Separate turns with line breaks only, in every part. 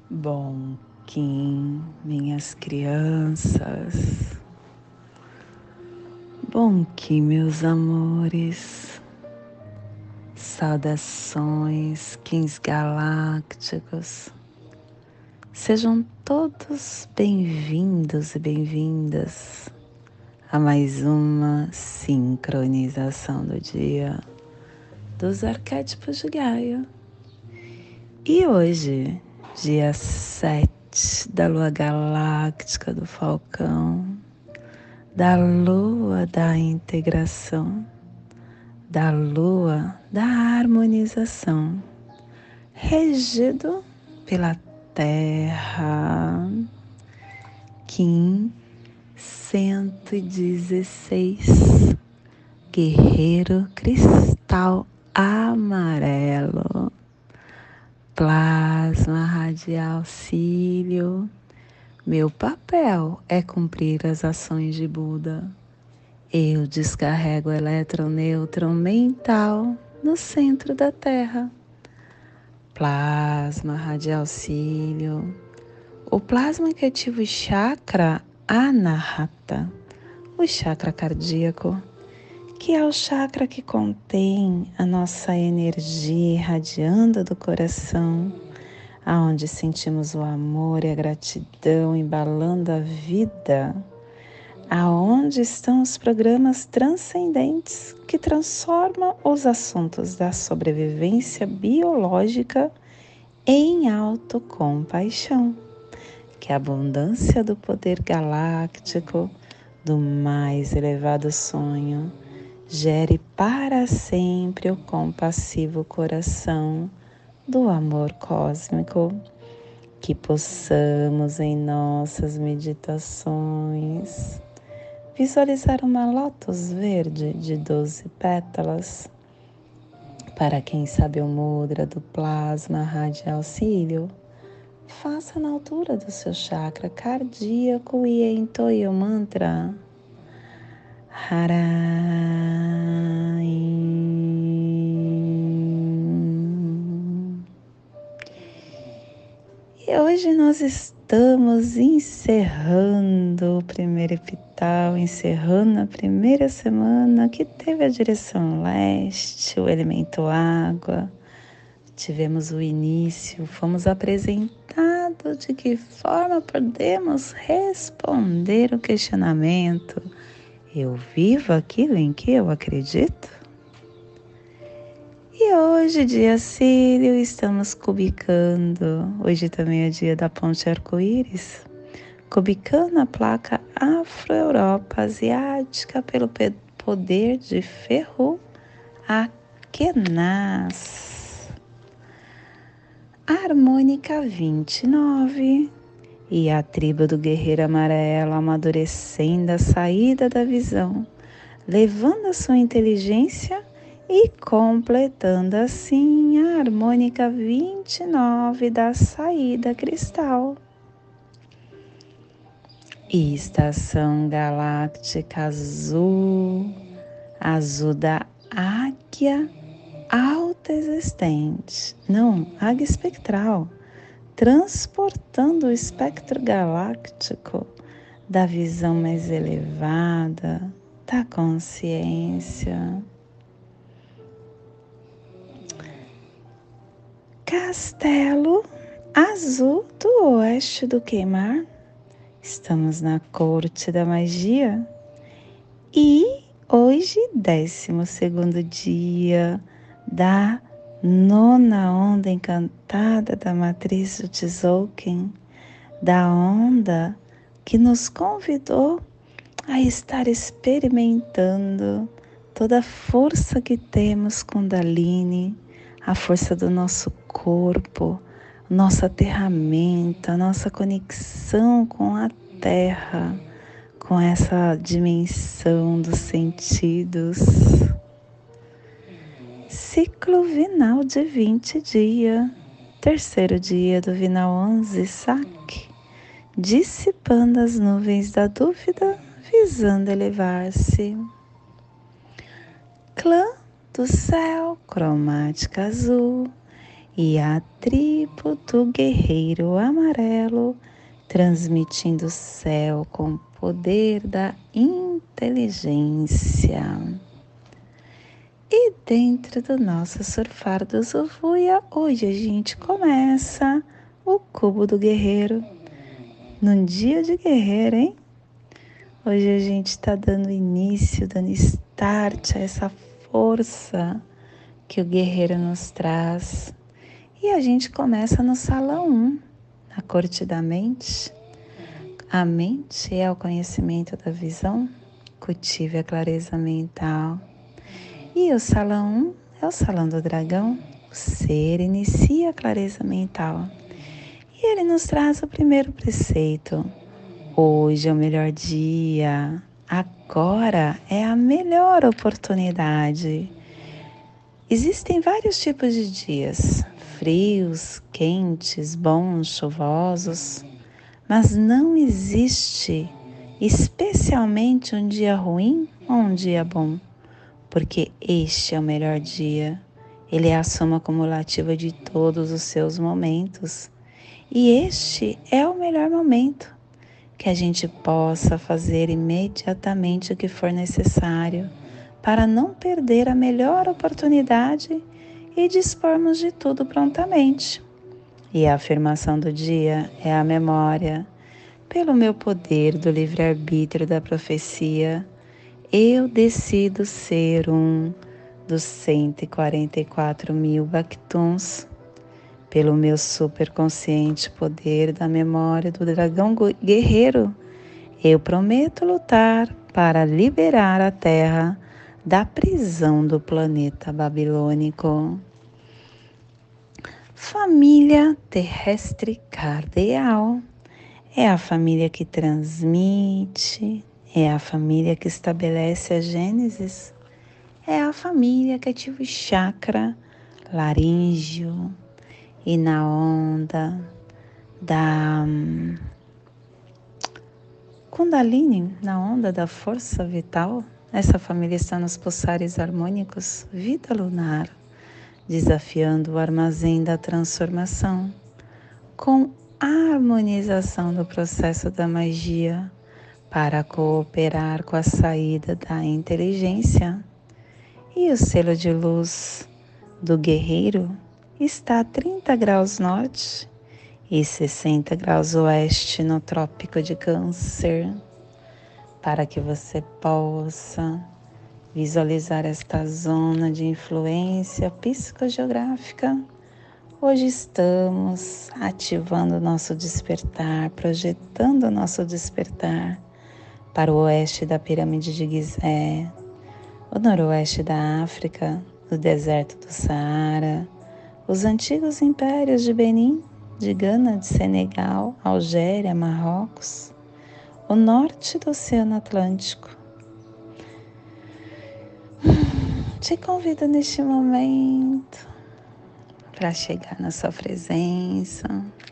Bom Kim, minhas crianças. Bom Kim, meus amores. Saudações, Kins galácticos. Sejam todos bem-vindos e bem-vindas a mais uma sincronização do dia dos arquétipos de Gaia. E hoje, dia 7 da lua galáctica do Falcão, da lua da integração, da lua da harmonização, regido pela Terra, Kim 116, guerreiro cristal amarelo, plasma radial cílio. Meu papel é cumprir as ações de Buda. Eu descarrego o eletronêutron mental no centro da Terra. Plasma radial cílio. O plasma que ativa o chakra Anahata, o chakra cardíaco, que é o chakra que contém a nossa energia irradiando do coração, aonde sentimos o amor e a gratidão embalando a vida, aonde estão os programas transcendentes que transformam os assuntos da sobrevivência biológica em autocompaixão, que é a abundância do poder galáctico do mais elevado sonho gere para sempre o compassivo coração do amor cósmico, que possamos em nossas meditações visualizar uma lótus verde de 12 pétalas. Para quem sabe o mudra do plasma radial cílio, faça na altura do seu chakra cardíaco e entoie o mantra Harai. E hoje nós estamos encerrando o primeiro epital, encerrando a primeira semana que teve a direção leste, o elemento água. Tivemos o início, fomos apresentados de que forma podemos responder o questionamento: eu vivo aquilo em que eu acredito? E hoje, dia Cílio, estamos cubicando. Hoje também é dia da ponte arco-íris. Cubicando a placa Afro-Europa Asiática pelo poder de Ferru Akenas. Harmônica 29. E a tribo do guerreiro amarelo amadurecendo a saída da visão, levando a sua inteligência e completando assim a harmônica 29 da saída cristal. E estação galáctica azul, azul da águia alta existente, não, águia espectral, transportando o espectro galáctico da visão mais elevada, da consciência. Castelo azul do oeste do Queimar. Estamos na corte da magia. E hoje, 12º dia da nona onda encantada da matriz do Tzolk'in, da onda que nos convidou a estar experimentando toda a força que temos Kundalini, a força do nosso corpo, nosso aterramento, a nossa conexão com a Terra, com essa dimensão dos sentidos. Ciclo vinal de 20 dias, terceiro dia do vinal 11, saque, dissipando as nuvens da dúvida, visando elevar-se. Clã do céu, cromática azul, e a tribo do guerreiro amarelo, transmitindo o céu com o poder da inteligência. E dentro do nosso surfar do Zovuia, hoje a gente começa o cubo do guerreiro. Num dia de guerreiro, hein? Hoje a gente está dando início, dando start a essa força que o guerreiro nos traz. E a gente começa no salão 1, na corte da mente. A mente é o conhecimento da visão, cultive a clareza mental. E o salão 1 é o salão do dragão, o ser inicia a clareza mental. E ele nos traz o primeiro preceito. Hoje é o melhor dia, agora é a melhor oportunidade. Existem vários tipos de dias, frios, quentes, bons, chuvosos, mas não existe especialmente um dia ruim ou um dia bom, porque este é o melhor dia. Ele é a soma acumulativa de todos os seus momentos e este é o melhor momento, que a gente possa fazer imediatamente o que for necessário para não perder a melhor oportunidade e dispormos de tudo prontamente. E a afirmação do dia é a memória. Pelo meu poder do livre-arbítrio da profecia, eu decido ser um dos 144 mil Bactuns. Pelo meu superconsciente poder da memória do dragão guerreiro, eu prometo lutar para liberar a Terra da prisão do planeta babilônico. Família terrestre cardeal é a família que transmite, é a família que estabelece a Gênesis, é a família que ativa o chakra laríngeo. E na onda da Kundalini, na onda da força vital, essa família está nos pulsares harmônicos, vida lunar, desafiando o armazém da transformação, com a harmonização do processo da magia, para cooperar com a saída da inteligência. E o selo de luz do guerreiro está a 30 graus norte e 60 graus oeste no Trópico de Câncer, para que você possa visualizar esta zona de influência psicogeográfica. Hoje estamos ativando o nosso despertar, projetando o nosso despertar para o oeste da pirâmide de Gizé, o noroeste da África, o deserto do Saara, os antigos impérios de Benin, de Gana, de Senegal, Algéria, Marrocos, o norte do Oceano Atlântico. Te convido neste momento para chegar na sua presença,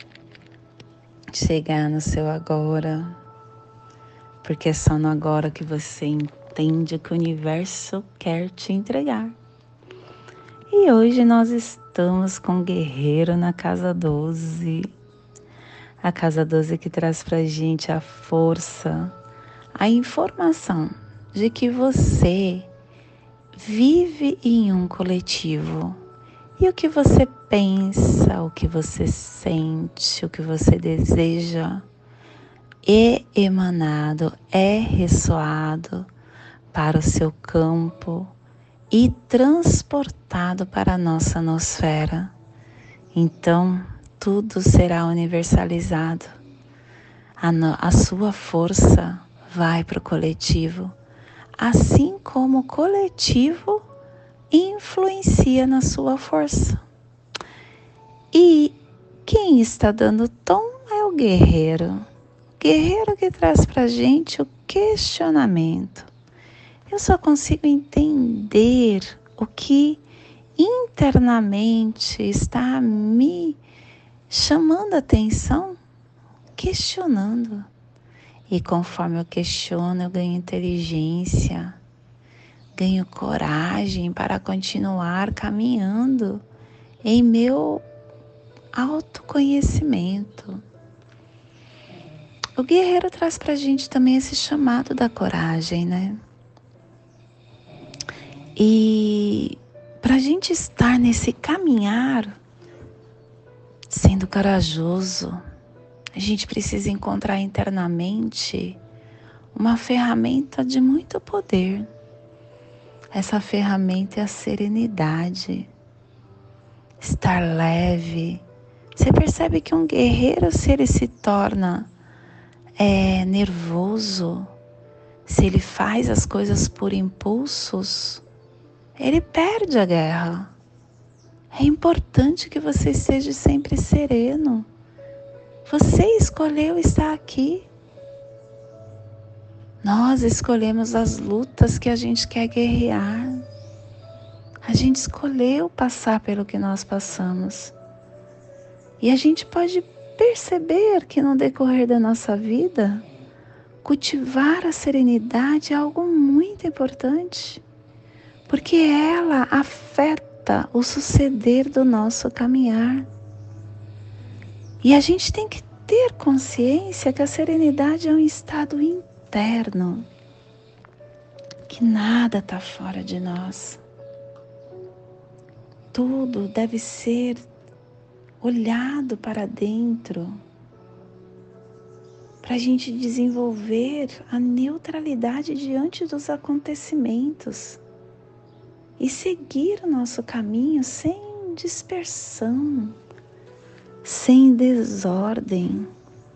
chegar no seu agora, porque é só no agora que você entende o que o universo quer te entregar. E hoje nós estamos com o guerreiro na casa 12. A casa 12 que traz pra gente a força, a informação de que você vive em um coletivo. E o que você pensa, o que você sente, o que você deseja é emanado, é ressoado para o seu campo e transportado para a nossa nosfera. Então, tudo será universalizado. A sua força vai para o coletivo, assim como o coletivo influencia na sua força. E quem está dando tom é o guerreiro. O guerreiro que traz para a gente o questionamento. Eu só consigo entender o que internamente está me chamando a atenção, questionando. E conforme eu questiono, eu ganho inteligência, ganho coragem para continuar caminhando em meu autoconhecimento. O guerreiro traz pra gente também esse chamado da coragem, né? E pra gente estar nesse caminhar, sendo corajoso, a gente precisa encontrar internamente uma ferramenta de muito poder. Essa ferramenta é a serenidade, estar leve. Você percebe que um guerreiro, se ele se torna nervoso, se ele faz as coisas por impulsos, ele perde a guerra. É importante que você esteja sempre sereno. Você escolheu estar aqui. Nós escolhemos as lutas que a gente quer guerrear. A gente escolheu passar pelo que nós passamos. E a gente pode perceber que no decorrer da nossa vida, cultivar a serenidade é algo muito importante, porque ela afeta o suceder do nosso caminhar. E a gente tem que ter consciência que a serenidade é um estado interno, que nada está fora de nós. Tudo deve ser olhado para dentro, para a gente desenvolver a neutralidade diante dos acontecimentos e seguir o nosso caminho sem dispersão, sem desordem.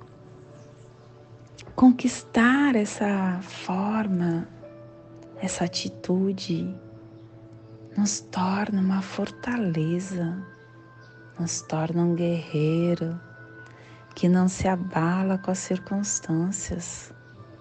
Conquistar essa forma, essa atitude, nos torna uma fortaleza, nos torna um guerreiro que não se abala com as circunstâncias.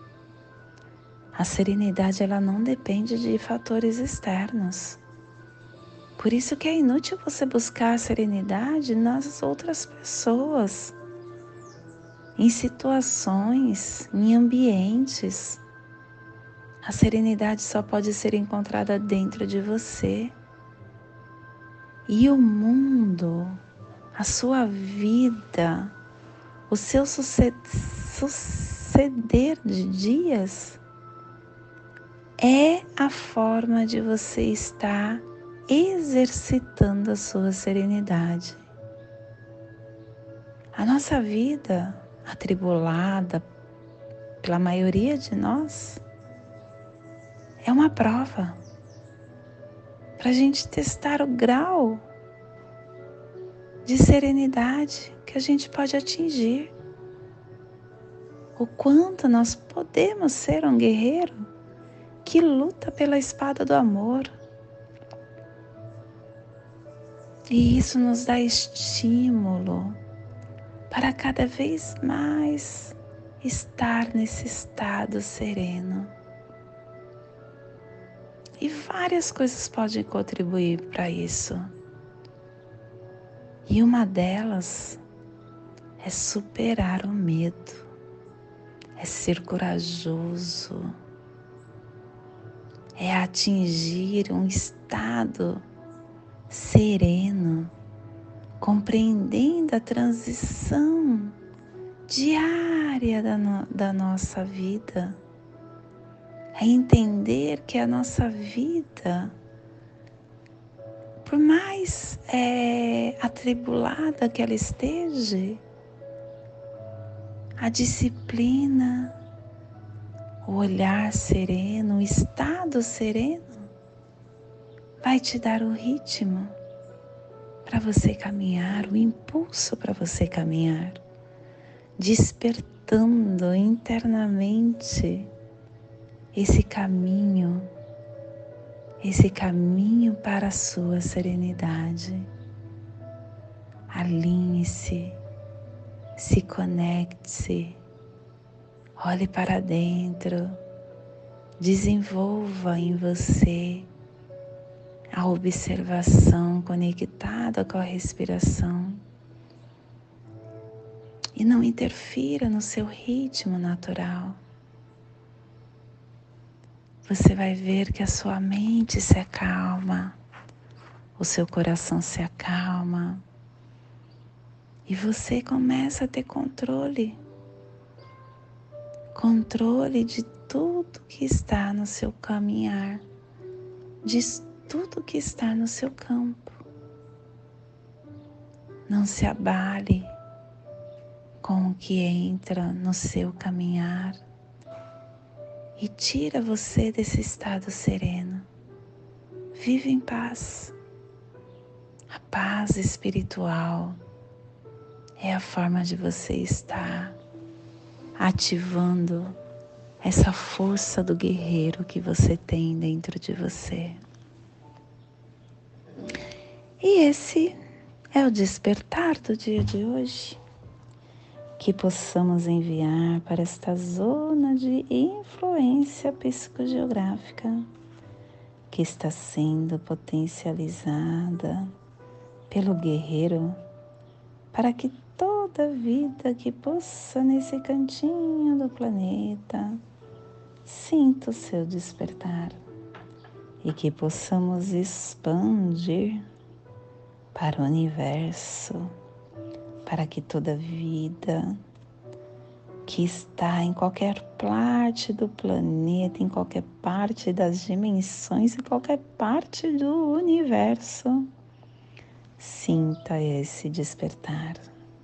A serenidade, ela não depende de fatores externos. Por isso que é inútil você buscar a serenidade nas outras pessoas, em situações, em ambientes. A serenidade só pode ser encontrada dentro de você. E o mundo, a sua vida, o seu suceder de dias é a forma de você estar exercitando a sua serenidade. A nossa vida, atribulada pela maioria de nós, é uma prova para a gente testar o grau de serenidade que a gente pode atingir. O quanto nós podemos ser um guerreiro que luta pela espada do amor. E isso nos dá estímulo para cada vez mais estar nesse estado sereno. E várias coisas podem contribuir para isso. E uma delas é superar o medo, é ser corajoso, é atingir um estado sereno, compreendendo a transição diária da nossa vida. É entender que a nossa vida, por mais atribulada que ela esteja, a disciplina, o olhar sereno, o estado sereno, vai te dar o ritmo para você caminhar, o impulso para você caminhar, despertando internamente esse caminho para a sua serenidade. Alinhe-se, se conecte, olhe para dentro, desenvolva em você a observação conectada com a respiração e não interfira no seu ritmo natural. Você vai ver que a sua mente se acalma, o seu coração se acalma calma. E você começa a ter controle de tudo que está no seu caminhar, de tudo que está no seu campo. Não se abale com o que entra no seu caminhar e tira você desse estado sereno. Vive em paz. A paz espiritual é a forma de você estar ativando essa força do guerreiro que você tem dentro de você. E esse é o despertar do dia de hoje. Que possamos enviar para esta zona de influência psicogeográfica que está sendo potencializada pelo guerreiro, para que toda vida que possa nesse cantinho do planeta sinta o seu despertar e que possamos expandir para o universo, para que toda vida que está em qualquer parte do planeta, em qualquer parte das dimensões, em qualquer parte do universo, sinta esse despertar.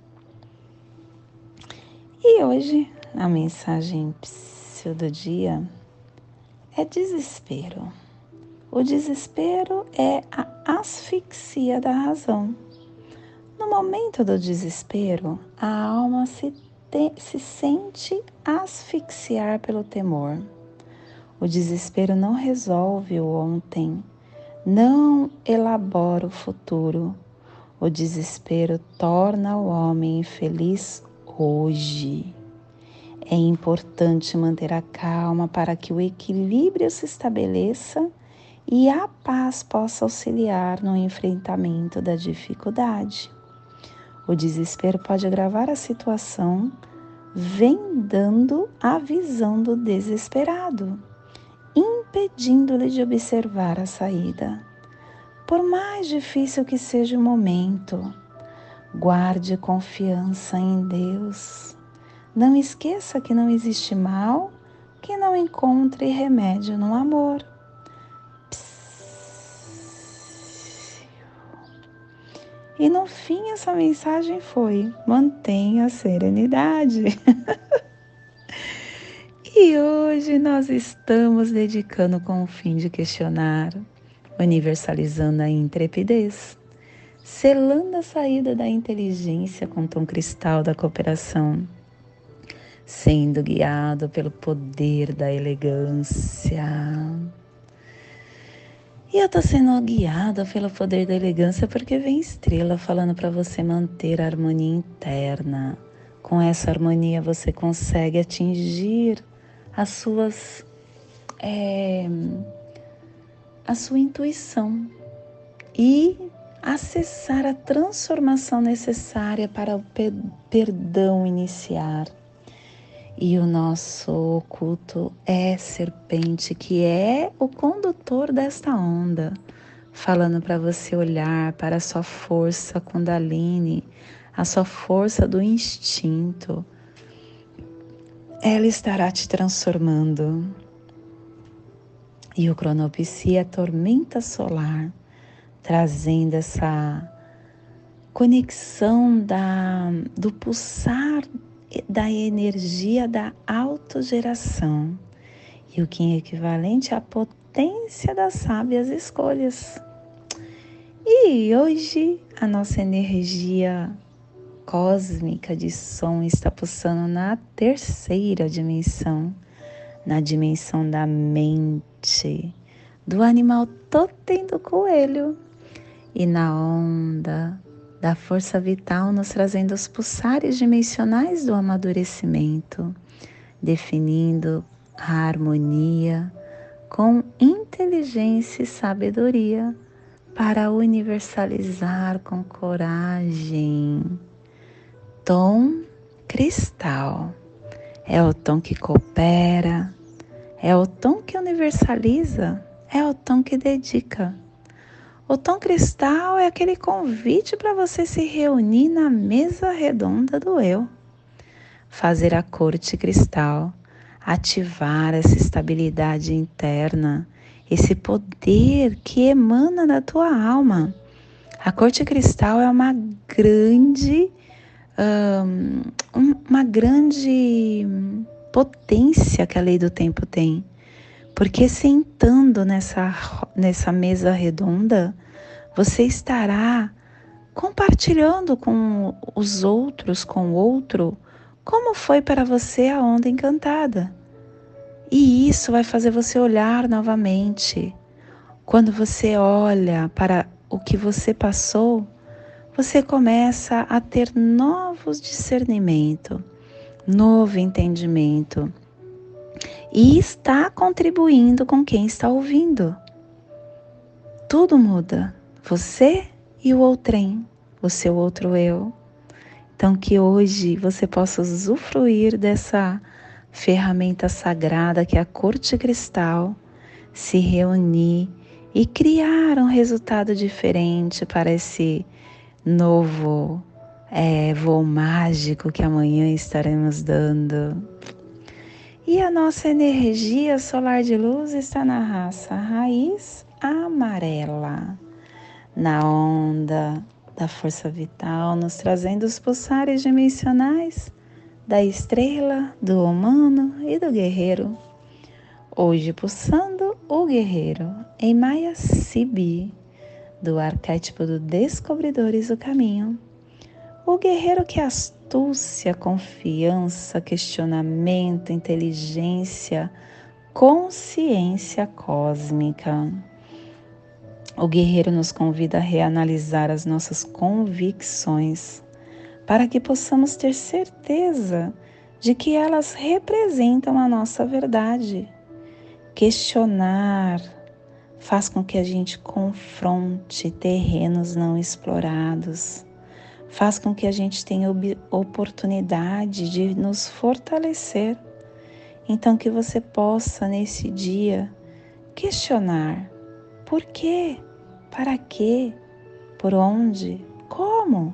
E hoje a mensagem do dia é desespero. O desespero é a asfixia da razão. No momento do desespero, a alma se sente asfixiar pelo temor. O desespero não resolve o ontem, não elabora o futuro. O desespero torna o homem infeliz hoje. É importante manter a calma para que o equilíbrio se estabeleça e a paz possa auxiliar no enfrentamento da dificuldade. O desespero pode agravar a situação, vendando a visão do desesperado, impedindo-lhe de observar a saída. Por mais difícil que seja o momento, guarde confiança em Deus. Não esqueça que não existe mal que não encontre remédio no amor. E no fim essa mensagem foi: mantenha a serenidade. E hoje nós estamos dedicando com o fim de questionar, universalizando a intrepidez, selando a saída da inteligência com o tom cristal da cooperação, sendo guiado pelo poder da elegância. E eu estou sendo guiada pelo poder da elegância porque vem estrela falando para você manter a harmonia interna. Com essa harmonia você consegue atingir a sua intuição e acessar a transformação necessária para o perdão iniciar. E o nosso oculto é serpente, que é o condutor desta onda, falando para você olhar para a sua força Kundalini, a sua força do instinto. Ela estará te transformando. E o Cronopsia é a tormenta solar, trazendo essa conexão do pulsar da energia da autogeração, e o Kim é equivalente à potência das sábias escolhas. E hoje a nossa energia cósmica de som está pulsando na terceira dimensão, na dimensão da mente, do animal totem do coelho, e na onda da força vital nos trazendo os pulsares dimensionais do amadurecimento, definindo a harmonia com inteligência e sabedoria para universalizar com coragem. Tom cristal é o tom que coopera, é o tom que universaliza, é o tom que dedica. O tom cristal é aquele convite para você se reunir na mesa redonda do eu. Fazer a corte cristal, ativar essa estabilidade interna, esse poder que emana da tua alma. A corte cristal é uma grande potência que a lei do tempo tem. Porque sentando nessa mesa redonda, você estará compartilhando com os outros, com o outro, como foi para você a onda encantada. E isso vai fazer você olhar novamente. Quando você olha para o que você passou, você começa a ter novos discernimentos, novo entendimento. E está contribuindo com quem está ouvindo. Tudo muda. Você e o outrem, o seu outro eu. Então que hoje você possa usufruir dessa ferramenta sagrada que é a corte cristal, se reunir e criar um resultado diferente para esse novo voo mágico que amanhã estaremos dando. E a nossa energia solar de luz está na raça raiz amarela, na onda da força vital, nos trazendo os pulsares dimensionais da estrela, do humano e do guerreiro. Hoje pulsando o guerreiro em Maya Sibi, do arquétipo do Descobridores do Caminho. O guerreiro que é astúcia, confiança, questionamento, inteligência, consciência cósmica. O guerreiro nos convida a reanalisar as nossas convicções para que possamos ter certeza de que elas representam a nossa verdade. Questionar faz com que a gente confronte terrenos não explorados. Faz com que a gente tenha oportunidade de nos fortalecer. Então que você possa nesse dia questionar por quê, para quê, por onde, como.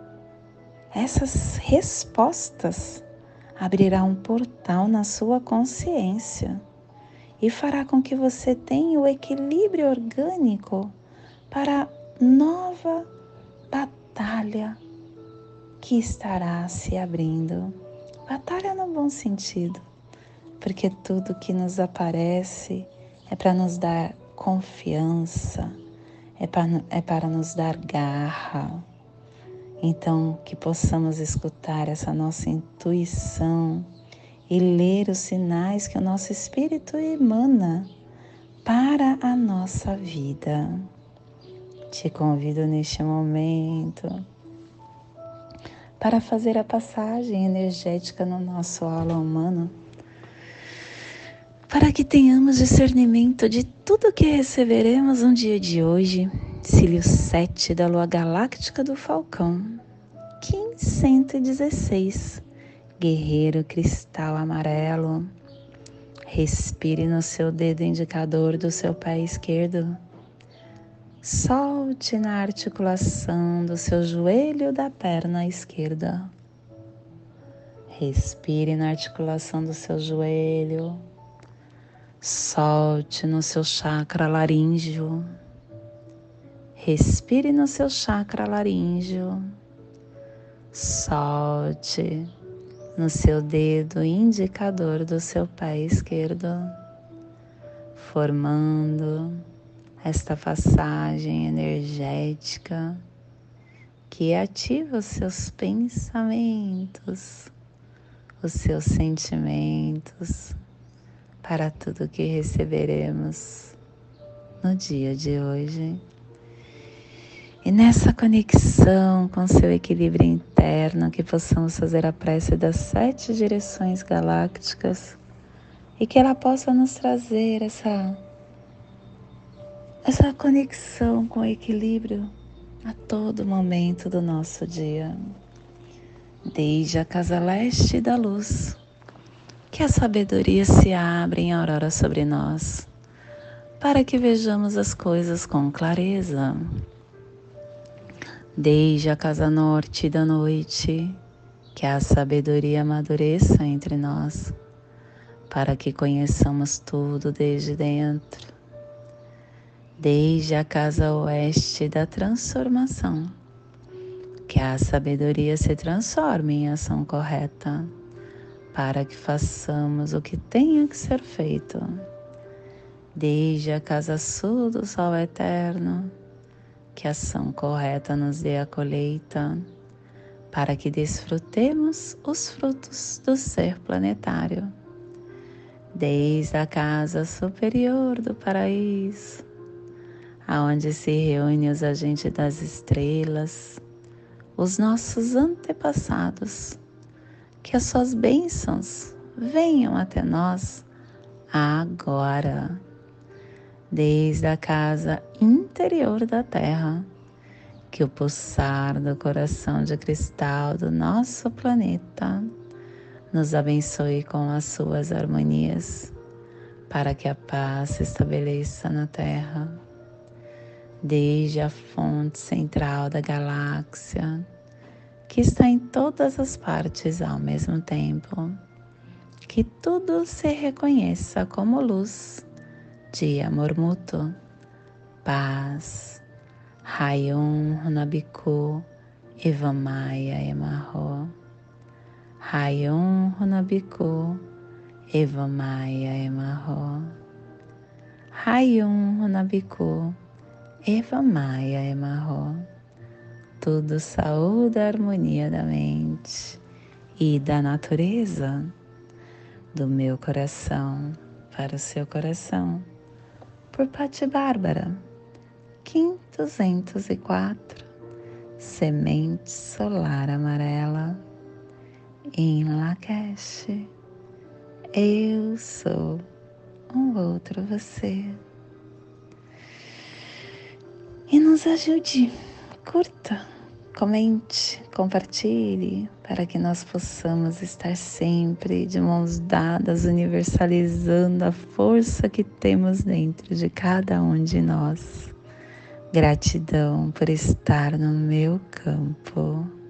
Essas respostas abrirá um portal na sua consciência e fará com que você tenha o equilíbrio orgânico para nova batalha que estará se abrindo. Batalha no bom sentido, porque tudo que nos aparece é para nos dar confiança, é para nos dar garra. Então, que possamos escutar essa nossa intuição e ler os sinais que o nosso espírito emana para a nossa vida. Te convido neste momento para fazer a passagem energética no nosso aula humano, para que tenhamos discernimento de tudo que receberemos no dia de hoje, Cílio 7 da Lua Galáctica do Falcão, Kim 116, Guerreiro Cristal Amarelo. Respire no seu dedo indicador do seu pé esquerdo. Solte na articulação do seu joelho da perna esquerda. Respire na articulação do seu joelho. Solte no seu chakra laríngeo. Respire no seu chakra laríngeo. Solte no seu dedo indicador do seu pé esquerdo, formando esta passagem energética que ativa os seus pensamentos, os seus sentimentos para tudo que receberemos no dia de hoje. E nessa conexão com seu equilíbrio interno, que possamos fazer a prece das 7 direções galácticas e que ela possa nos trazer essa conexão com o equilíbrio a todo momento do nosso dia. Desde a casa leste da luz, que a sabedoria se abra em aurora sobre nós, para que vejamos as coisas com clareza. Desde a casa norte da noite, que a sabedoria amadureça entre nós, para que conheçamos tudo desde dentro. Desde a casa oeste da transformação, que a sabedoria se transforme em ação correta, para que façamos o que tenha que ser feito. Desde a casa sul do sol eterno, que a ação correta nos dê a colheita, para que desfrutemos os frutos do ser planetário. Desde a casa superior do paraíso, aonde se reúnem os agentes das estrelas, os nossos antepassados, que as suas bênçãos venham até nós agora. Desde a casa interior da Terra, que o pulsar do coração de cristal do nosso planeta nos abençoe com as suas harmonias, para que a paz se estabeleça na Terra. Desde a fonte central da galáxia, que está em todas as partes ao mesmo tempo, que tudo se reconheça como luz de amor mútuo, paz, Rayon Runabiku Evamaya Emarro, Rayon Runabiku Evamaya Emarro, Rayon Runabiku Evamaya Emarro. Tudo saúde a harmonia da mente e da natureza, do meu coração para o seu coração, por Patti Bárbara, Kim 204, Semente Solar Amarela, em Lakesh. Eu sou um outro você. E nos ajude, curta, comente, compartilhe, para que nós possamos estar sempre de mãos dadas, universalizando a força que temos dentro de cada um de nós. Gratidão por estar no meu campo.